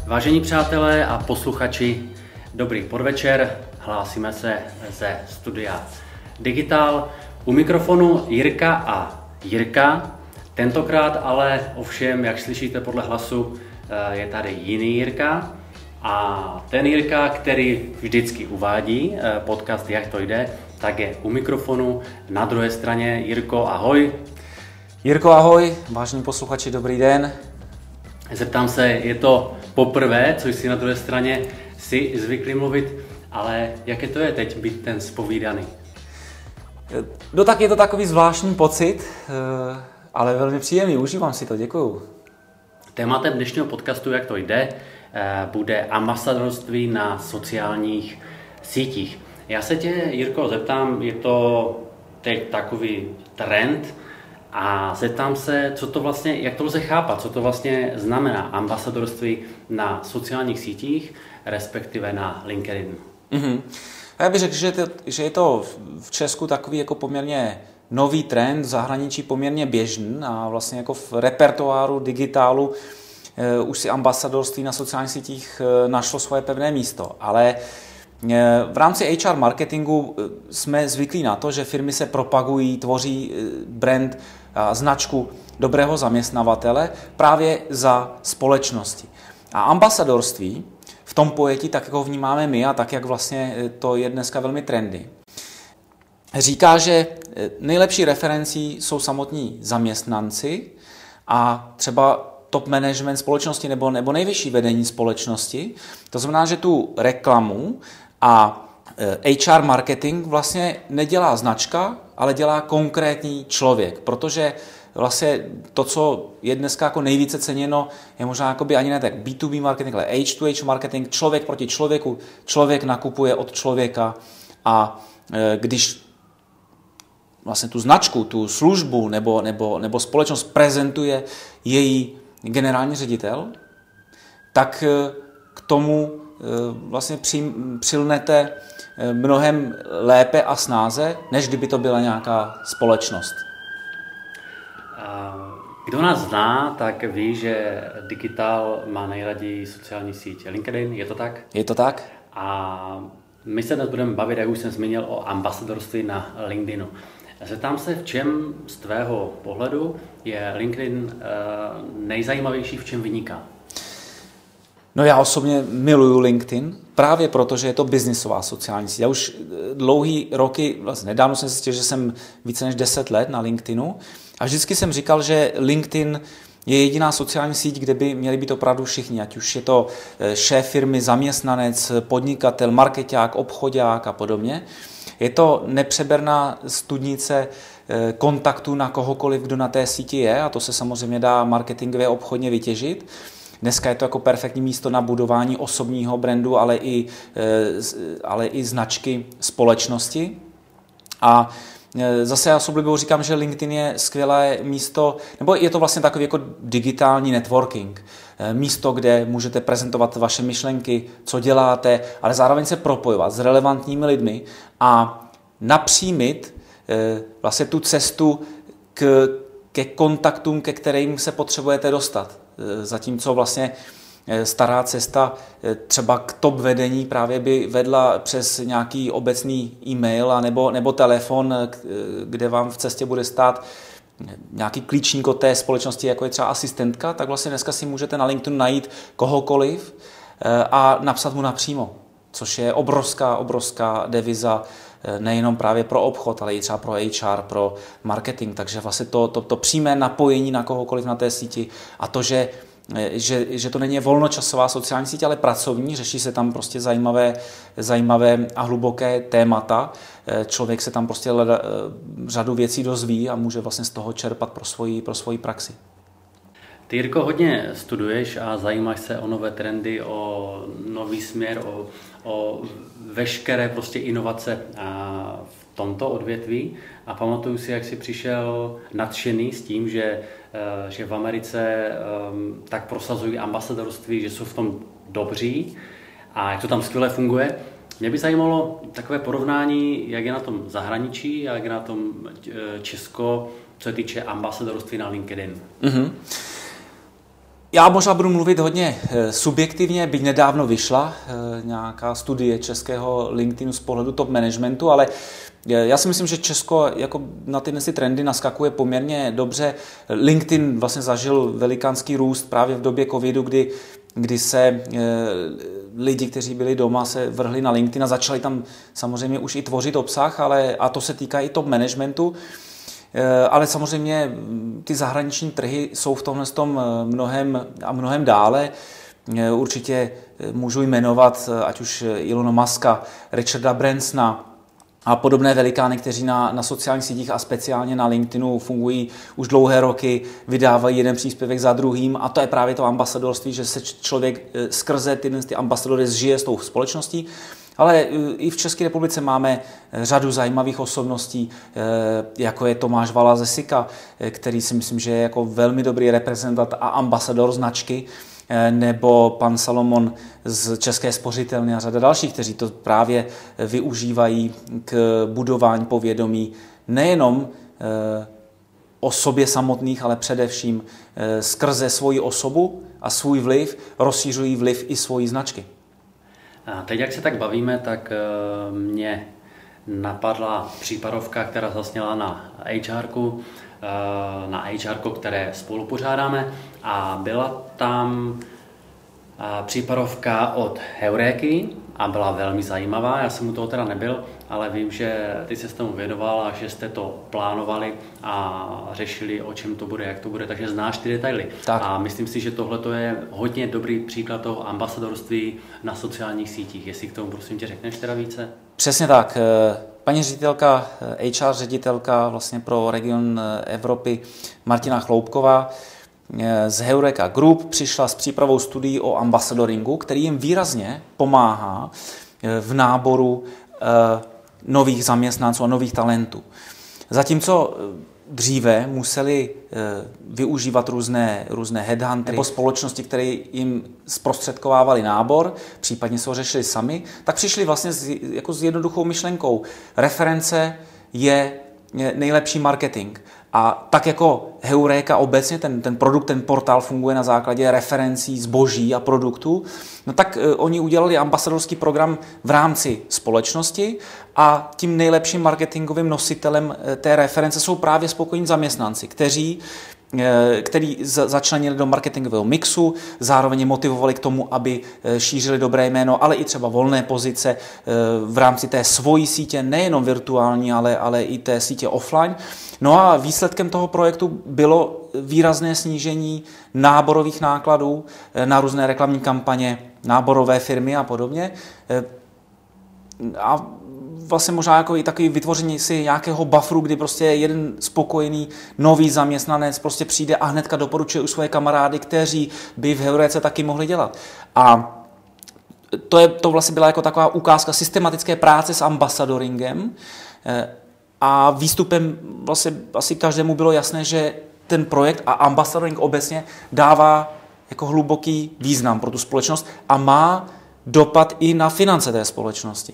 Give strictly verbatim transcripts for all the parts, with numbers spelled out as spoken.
Vážení přátelé a posluchači, dobrý podvečer, hlásíme se ze studia Digital. U mikrofonu Jirka a Jirka, tentokrát ale ovšem, jak slyšíte podle hlasu, je tady jiný Jirka. A ten Jirka, který vždycky uvádí podcast Jak to jde, tak je u mikrofonu na druhé straně. Jirko, ahoj. Jirko, ahoj, vážení posluchači, dobrý den. Zeptám se, je to poprvé, co jsi na druhé straně si zvyklý mluvit, ale jaké to je teď být ten zpovídaný? No tak je to takový zvláštní pocit, ale velmi příjemný, užívám si to, děkuju. Tématem dnešního podcastu Jak to jde bude ambasadorství na sociálních sítích. Já se tě, Jirko, zeptám, je to teď takový trend a zeptám se, co to vlastně, jak to lze chápat, co to vlastně znamená ambasadorství na sociálních sítích, respektive na LinkedIn. Mm-hmm. Já bych řekl, že, to, že je to v Česku takový jako poměrně nový trend, v zahraničí poměrně běžný a vlastně jako v repertoáru digitálu eh, už si ambasadorství na sociálních sítích eh, našlo svoje pevné místo, ale v rámci H R marketingu jsme zvyklí na to, že firmy se propagují, tvoří brand, značku dobrého zaměstnavatele právě za společnosti. A ambasadorství v tom pojetí, tak jak ho vnímáme my a tak, jak vlastně to je dneska velmi trendy, říká, že nejlepší referencí jsou samotní zaměstnanci a třeba top management společnosti nebo, nebo nejvyšší vedení společnosti. To znamená, že tu reklamu a H R marketing vlastně nedělá značka, ale dělá konkrétní člověk, protože vlastně to, co je dneska jako nejvíce ceněno, je možná jakoby ani ne tak B to B marketing, ale H to H marketing, člověk proti člověku, člověk nakupuje od člověka a když vlastně tu značku, tu službu nebo, nebo, nebo společnost prezentuje její generální ředitel, tak k tomu vlastně přilnete mnohem lépe a snáze, než kdyby to byla nějaká společnost. Kdo nás zná, tak ví, že Digital má nejraději sociální sítě LinkedIn, je to tak? Je to tak. A my se dnes budeme bavit, jak už jsem zmínil, o ambasadorství na LinkedInu. Zeptám se, v čem z tvého pohledu je LinkedIn nejzajímavější, v čem vyniká? No já osobně miluju LinkedIn, právě proto, že je to biznisová sociální síť. Já už dlouhý roky, vlastně nedávno jsem zjistil, že jsem více než deset let na LinkedInu a vždycky jsem říkal, že LinkedIn je jediná sociální síť, kde by měli být opravdu všichni, ať už je to šéf firmy, zaměstnanec, podnikatel, markeťák, obchodák a podobně. Je to nepřeberná studnice kontaktů na kohokoliv, kdo na té síti je a to se samozřejmě dá marketingově obchodně vytěžit. Dneska je to jako perfektní místo na budování osobního brandu, ale i, ale i značky společnosti. A zase já s oblibou říkám, že LinkedIn je skvělé místo, nebo je to vlastně takový jako digitální networking. Místo, kde můžete prezentovat vaše myšlenky, co děláte, ale zároveň se propojovat s relevantními lidmi a napřímit vlastně tu cestu k, ke kontaktům, ke kterým se potřebujete dostat. Zatímco vlastně stará cesta třeba k top vedení právě by vedla přes nějaký obecný e-mail a nebo, nebo telefon, kde vám v cestě bude stát nějaký klíčník od té společnosti, jako je třeba asistentka, tak vlastně dneska si můžete na LinkedInu najít kohokoliv a napsat mu napřímo, což je obrovská, obrovská deviza nejenom právě pro obchod, ale i třeba pro H R, pro marketing. Takže vlastně to, to, to přímé napojení na kohokoliv na té síti a to, že, že, že to není volnočasová sociální síť, ale pracovní, řeší se tam prostě zajímavé, zajímavé a hluboké témata. Člověk se tam prostě leda, řadu věcí dozví a může vlastně z toho čerpat pro svoji, pro svoji praxi. Ty, Jirko, hodně studuješ a zajímáš se o nové trendy, o nový směr, o, o veškeré prostě inovace v tomto odvětví. A pamatuju si, jak jsi přišel nadšený s tím, že, že v Americe tak prosazují ambasadorství, že jsou v tom dobří a jak to tam skvěle funguje. Mě by zajímalo takové porovnání, jak je na tom zahraničí a jak je na tom Česko, co se týče ambasadorství na LinkedIn. Mm-hmm. Já možná budu mluvit hodně subjektivně, byť nedávno vyšla nějaká studie českého LinkedInu z pohledu top managementu, ale já si myslím, že Česko jako na tyhle trendy naskakuje poměrně dobře. LinkedIn vlastně zažil velikánský růst právě v době covidu, kdy, kdy se lidi, kteří byli doma, se vrhli na LinkedIn a začali tam samozřejmě už i tvořit obsah, ale, a to se týká i top managementu. Ale samozřejmě ty zahraniční trhy jsou v tomhle tom mnohem a mnohem dále. Určitě můžu jmenovat ať už Elona Muska, Richarda Bransona a podobné velikány, kteří na, na sociálních sítích a speciálně na LinkedInu fungují už dlouhé roky, vydávají jeden příspěvek za druhým a to je právě to ambasadorství, že se člověk skrze ty, ty ambasadory zžije s tou společností. Ale i v České republice máme řadu zajímavých osobností, jako je Tomáš Vala ze Sika, který si myslím, že je jako velmi dobrý reprezentant a ambasador značky, nebo pan Salomon z České spořitelny a řada dalších, kteří to právě využívají k budování povědomí nejenom o sobě samotných, ale především skrze svoji osobu a svůj vliv rozšířují vliv i svojí značky. A teď, jak se tak bavíme, tak mě napadla případovka, která zasněla na há erku, na há erko, které spolu pořádáme a byla tam případovka od Heuréky a byla velmi zajímavá. Já jsem u toho teda nebyl, ale vím, že ty se s tomu věnoval a že jste to plánovali a řešili, o čem to bude, jak to bude, takže znáš ty detaily. Tak. A myslím si, že tohle je hodně dobrý příklad toho ambasadorství na sociálních sítích. Jestli k tomu prosím tě řekneš teda více? Přesně tak. Paní ředitelka, há er ředitelka vlastně pro region Evropy Martina Chloupková z Heureka Group přišla s přípravou studií o ambasadoringu, který jim výrazně pomáhá v náboru nových zaměstnanců a nových talentů. Zatímco dříve museli využívat různé, různé headhuntery nebo společnosti, které jim zprostředkovávaly nábor, případně se ho řešili sami, tak přišli vlastně s, jako s jednoduchou myšlenkou. Reference je nejlepší marketing. A tak jako Heuréka obecně, ten, ten produkt, ten portál funguje na základě referencí zboží a produktů, no tak uh, oni udělali ambasadorský program v rámci společnosti a tím nejlepším marketingovým nositelem uh, té reference jsou právě spokojení zaměstnanci, kteří který začlenili do marketingového mixu, zároveň motivovali k tomu, aby šířili dobré jméno, ale i třeba volné pozice v rámci té svojí sítě, nejenom virtuální, ale, ale i té sítě offline. No a výsledkem toho projektu bylo výrazné snížení náborových nákladů na různé reklamní kampaně, náborové firmy a podobně. A vlastně možná jako i takový vytvoření si nějakého bufferu, kdy prostě jeden spokojený nový zaměstnanec prostě přijde a hnedka doporučuje u svoje kamarády, kteří by v Heuréce taky mohli dělat. A to, je, to vlastně byla jako taková ukázka systematické práce s ambasadoringem a výstupem vlastně asi každému bylo jasné, že ten projekt a ambasadoring obecně dává jako hluboký význam pro tu společnost a má dopad i na finance té společnosti.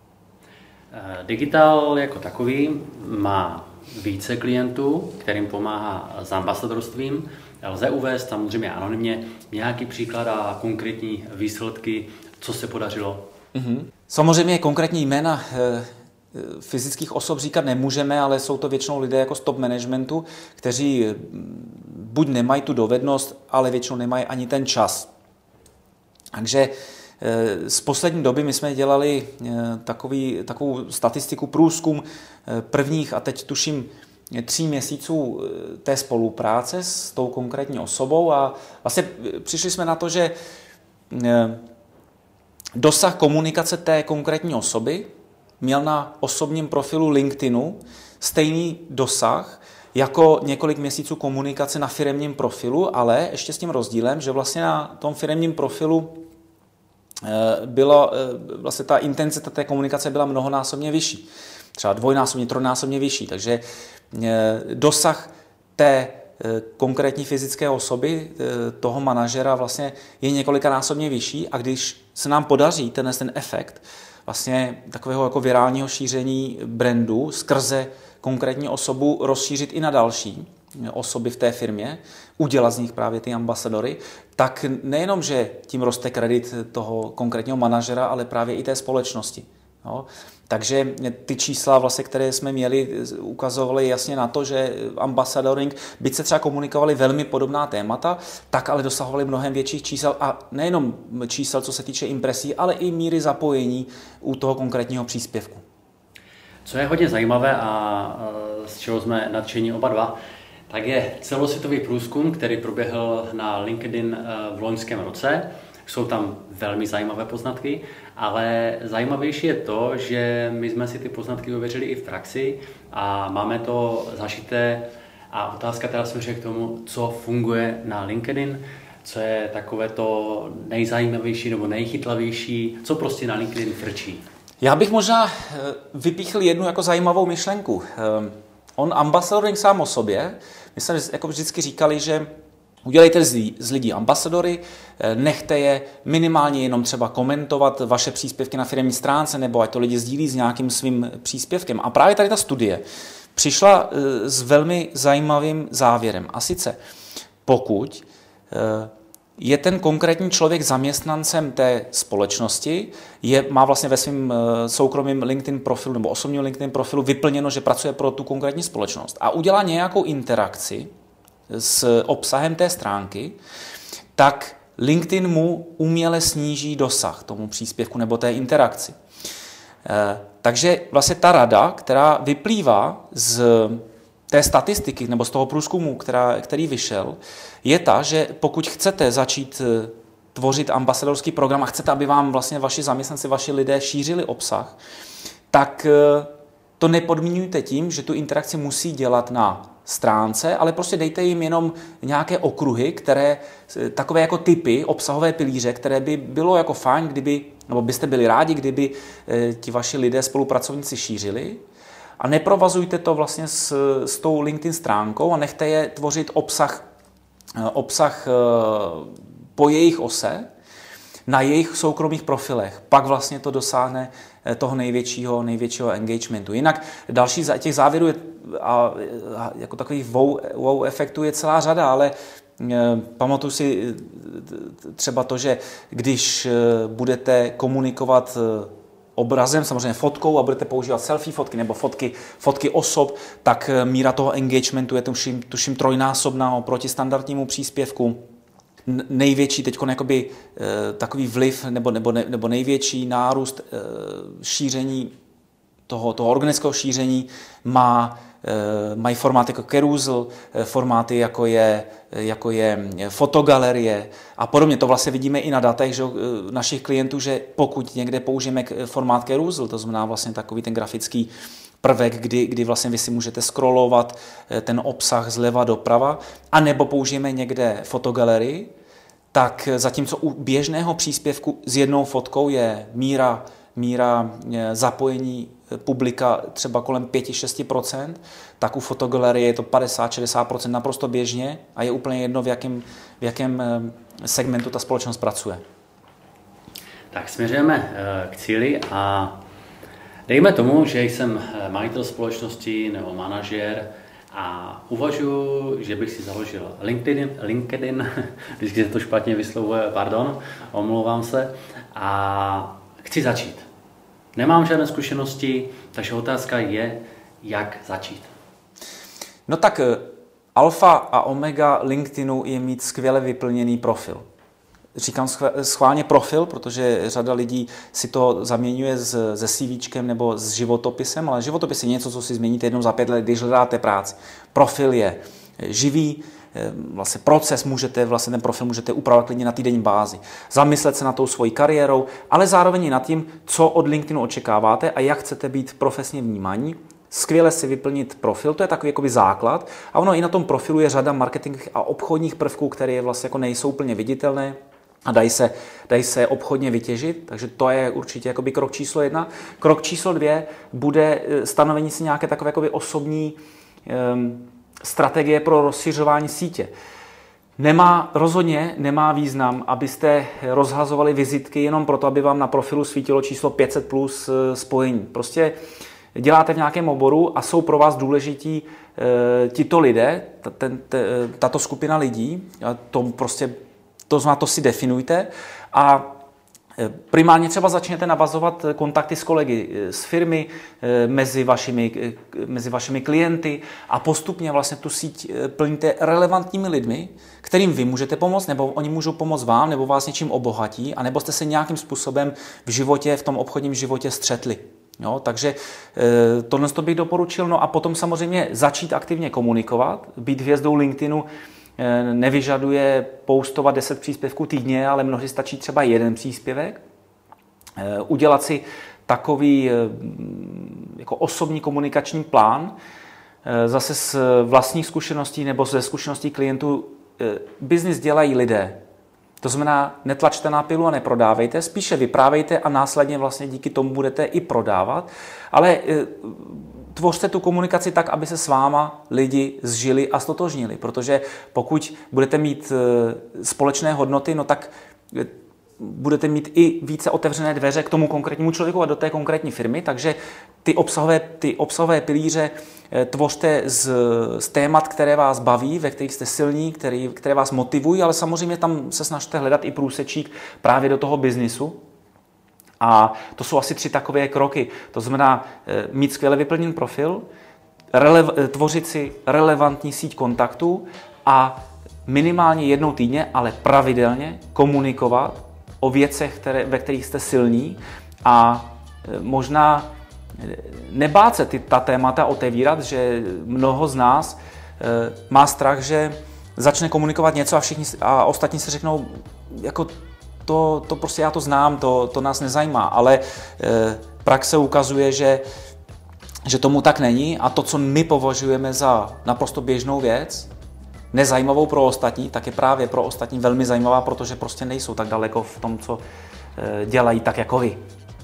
Digital jako takový má více klientů, kterým pomáhá s ambasadorstvím. Lze uvést samozřejmě anonymně nějaký příklad a konkrétní výsledky, co se podařilo? Mm-hmm. Samozřejmě konkrétní jména e, fyzických osob říkat nemůžeme, ale jsou to většinou lidé jako z top managementu, kteří buď nemají tu dovednost, ale většinou nemají ani ten čas. Takže z poslední doby my jsme dělali takový, takovou statistiku, průzkum prvních a teď tuším tří měsíců té spolupráce s tou konkrétní osobou a vlastně přišli jsme na to, že dosah komunikace té konkrétní osoby měl na osobním profilu LinkedInu stejný dosah jako několik měsíců komunikace na firemním profilu, ale ještě s tím rozdílem, že vlastně na tom firemním profilu byla vlastně ta intenzita té komunikace byla mnohonásobně vyšší. Třeba dvojnásobně, trojnásobně vyšší. Takže dosah té konkrétní fyzické osoby, toho manažera vlastně je několikanásobně vyšší a když se nám podaří ten, ten efekt vlastně takového jako virálního šíření brandu skrze konkrétní osobu rozšířit i na další, osoby v té firmě, udělat z nich právě ty ambasadory, tak nejenom, že tím roste kredit toho konkrétního manažera, ale právě i té společnosti. Jo? Takže ty čísla, vlastně, které jsme měli, ukazovaly jasně na to, že ambasadoring, byť se třeba komunikovali velmi podobná témata, tak ale dosahovali mnohem větších čísel a nejenom čísel, co se týče impresí, ale i míry zapojení u toho konkrétního příspěvku. Co je hodně zajímavé a z čeho jsme nadšení oba dva, tak je celosvětový průzkum, který proběhl na LinkedIn v loňském roce. Jsou tam velmi zajímavé poznatky, ale zajímavější je to, že my jsme si ty poznatky ověřili i v praxi a máme to zažité. A otázka teda směřuje k tomu, co funguje na LinkedIn, co je takové to nejzajímavější nebo nejchytlavější, co prostě na LinkedIn frčí. Já bych možná vypíchl jednu jako zajímavou myšlenku. On ambasadoring sám o sobě, my jsme jako vždycky říkali, že udělejte z lidí ambasadory, nechte je minimálně jenom třeba komentovat vaše příspěvky na firemní stránce, nebo ať to lidi sdílí s nějakým svým příspěvkem. A právě tady ta studie přišla s velmi zajímavým závěrem. A sice, pokud je ten konkrétní člověk zaměstnancem té společnosti, je, má vlastně ve svém soukromém LinkedIn profilu nebo osobním LinkedIn profilu vyplněno, že pracuje pro tu konkrétní společnost a udělá nějakou interakci s obsahem té stránky, tak LinkedIn mu uměle sníží dosah tomu příspěvku nebo té interakci. Takže vlastně ta rada, která vyplývá z té statistiky nebo z toho průzkumu, která, který vyšel, je ta, že pokud chcete začít tvořit ambasadorský program a chcete, aby vám vlastně vaši zaměstnanci, vaši lidé šířili obsah, tak to nepodmínujte tím, že tu interakci musí dělat na stránce, ale prostě dejte jim jenom nějaké okruhy, které, takové jako typy, obsahové pilíře, které by bylo jako fajn, kdyby, nebo byste byli rádi, kdyby ti vaši lidé, spolupracovníci šířili. A neprovazujte to vlastně s, s tou LinkedIn stránkou a nechte je tvořit obsah, obsah po jejich ose, na jejich soukromých profilech. Pak vlastně to dosáhne toho největšího, největšího engagementu. Jinak další těch závěrů je, a, a jako takových wow, wow efektů je celá řada, ale pamatuju si třeba to, že když budete komunikovat obrazem, samozřejmě fotkou a budete používat selfie fotky nebo fotky, fotky osob, tak míra toho engagementu je tuším, tuším trojnásobná oproti standardnímu příspěvku. Největší teď jakoby takový vliv nebo, nebo, nebo největší nárůst šíření toho, toho organického šíření má, mají formáty jako Carousel, formáty jako je, jako je fotogalerie a podobně. To vlastně vidíme i na datech že, našich klientů, že pokud někde použijeme formát Carousel, to znamená vlastně takový ten grafický prvek, kdy, kdy vlastně vy si můžete scrollovat ten obsah zleva doprava, anebo použijeme někde fotogalerii, tak zatímco u běžného příspěvku s jednou fotkou je míra, míra zapojení publika třeba kolem pět až šest procent, tak u fotogalerie je to padesát až šedesát procent naprosto běžně a je úplně jedno, v jakém, v jakém segmentu ta společnost pracuje. Tak směřujeme k cíli a dejme tomu, že jsem majitel společnosti nebo manažer a uvažuji, že bych si založil LinkedIn, LinkedIn, vždycky se to špatně vyslovuje, pardon, omlouvám se, a chci začít. Nemám žádné zkušenosti, takže otázka je, jak začít. No tak alfa a omega LinkedInu je mít skvěle vyplněný profil. Říkám schválně profil, protože řada lidí si to zaměňuje s, se CVčkem nebo s životopisem, ale životopis je něco, co si změníte jednou za pět let, když hledáte práci. Profil je živý, vlastně proces, můžete, vlastně ten profil můžete upravovat klidně na týdenní bázi. Zamyslet se na tou svojí kariérou, ale zároveň i nad tím, co od LinkedInu očekáváte a jak chcete být profesně vnímaní. Skvěle si vyplnit profil, to je takový jakoby základ. A ono i na tom profilu je řada marketingových a obchodních prvků, které vlastně jako nejsou úplně viditelné a dají se, dají se obchodně vytěžit, takže to je určitě jakoby krok číslo jedna. Krok číslo dvě bude stanovení si nějaké takové jakoby osobní um, strategie pro rozšiřování sítě. Nemá, rozhodně nemá význam, abyste rozhazovali vizitky jenom proto, aby vám na profilu svítilo číslo pět set plus spojení. Prostě děláte v nějakém oboru a jsou pro vás důležití e, tito lidé, ten, t, tato skupina lidí, a to prostě, to znamená, to si definujte a primárně třeba začněte navazovat kontakty s kolegy z firmy, mezi vašimi, mezi vašimi klienty a postupně vlastně tu síť plníte relevantními lidmi, kterým vy můžete pomoct, nebo oni můžou pomoct vám, nebo vás něčím obohatí, anebo jste se nějakým způsobem v životě, v tom obchodním životě střetli. Jo, takže tohle bych doporučil. No a potom samozřejmě začít aktivně komunikovat, být hvězdou LinkedInu nevyžaduje postovat deset příspěvků týdně, ale mnohdy stačí třeba jeden příspěvek. Udělat si takový jako osobní komunikační plán, zase z vlastních zkušeností nebo ze zkušeností klientů. Biznis dělají lidé. To znamená, netlačte na pilu a neprodávejte, spíše vyprávejte a následně vlastně díky tomu budete i prodávat, ale tvořte tu komunikaci tak, aby se s váma lidi zžili a stotožnili, protože pokud budete mít společné hodnoty, no tak budete mít i více otevřené dveře k tomu konkrétnímu člověku a do té konkrétní firmy, takže ty obsahové, ty obsahové pilíře tvořte z, z témat, které vás baví, ve kterých jste silní, který, které vás motivují, ale samozřejmě tam se snažte hledat i průsečík právě do toho biznisu. A to jsou asi tři takové kroky. To znamená mít skvěle vyplněný profil, rele- tvořit si relevantní síť kontaktů a minimálně jednou týdně, ale pravidelně komunikovat o věcech, které, ve kterých jste silní a možná nebát se ty, ta témata otevírat, že mnoho z nás e, má strach, že začne komunikovat něco a všichni a ostatní si řeknou, jako to, to prostě já to znám, to, to nás nezajímá, ale e, praxe ukazuje, že, že tomu tak není a to, co my považujeme za naprosto běžnou věc, nezajímavou pro ostatní, tak je právě pro ostatní velmi zajímavá, protože prostě nejsou tak daleko v tom, co e, dělají tak jako vy.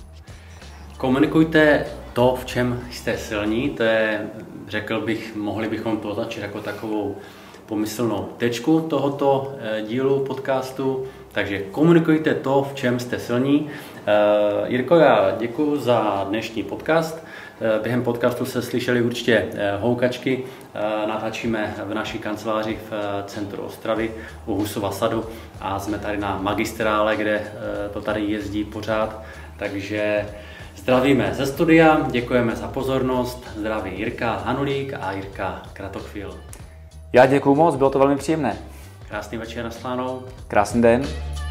Komunikujte to, v čem jste silní, to je, řekl bych, mohli bychom to označit jako takovou pomyslnou tečku tohoto dílu podcastu, takže komunikujte to, v čem jste silní. Jirko, já děkuji za dnešní podcast. Během podcastu se slyšeli určitě houkačky, natáčíme v naší kanceláři v centru Ostravy u Husova sadu a jsme tady na magistrále, kde to tady jezdí pořád, takže zdravíme ze studia, děkujeme za pozornost, zdraví Jirka Hanulík a Jirka Kratochvíl. Já děkuju moc, bylo to velmi příjemné. Krásný večer, nashledanou. Krásný den.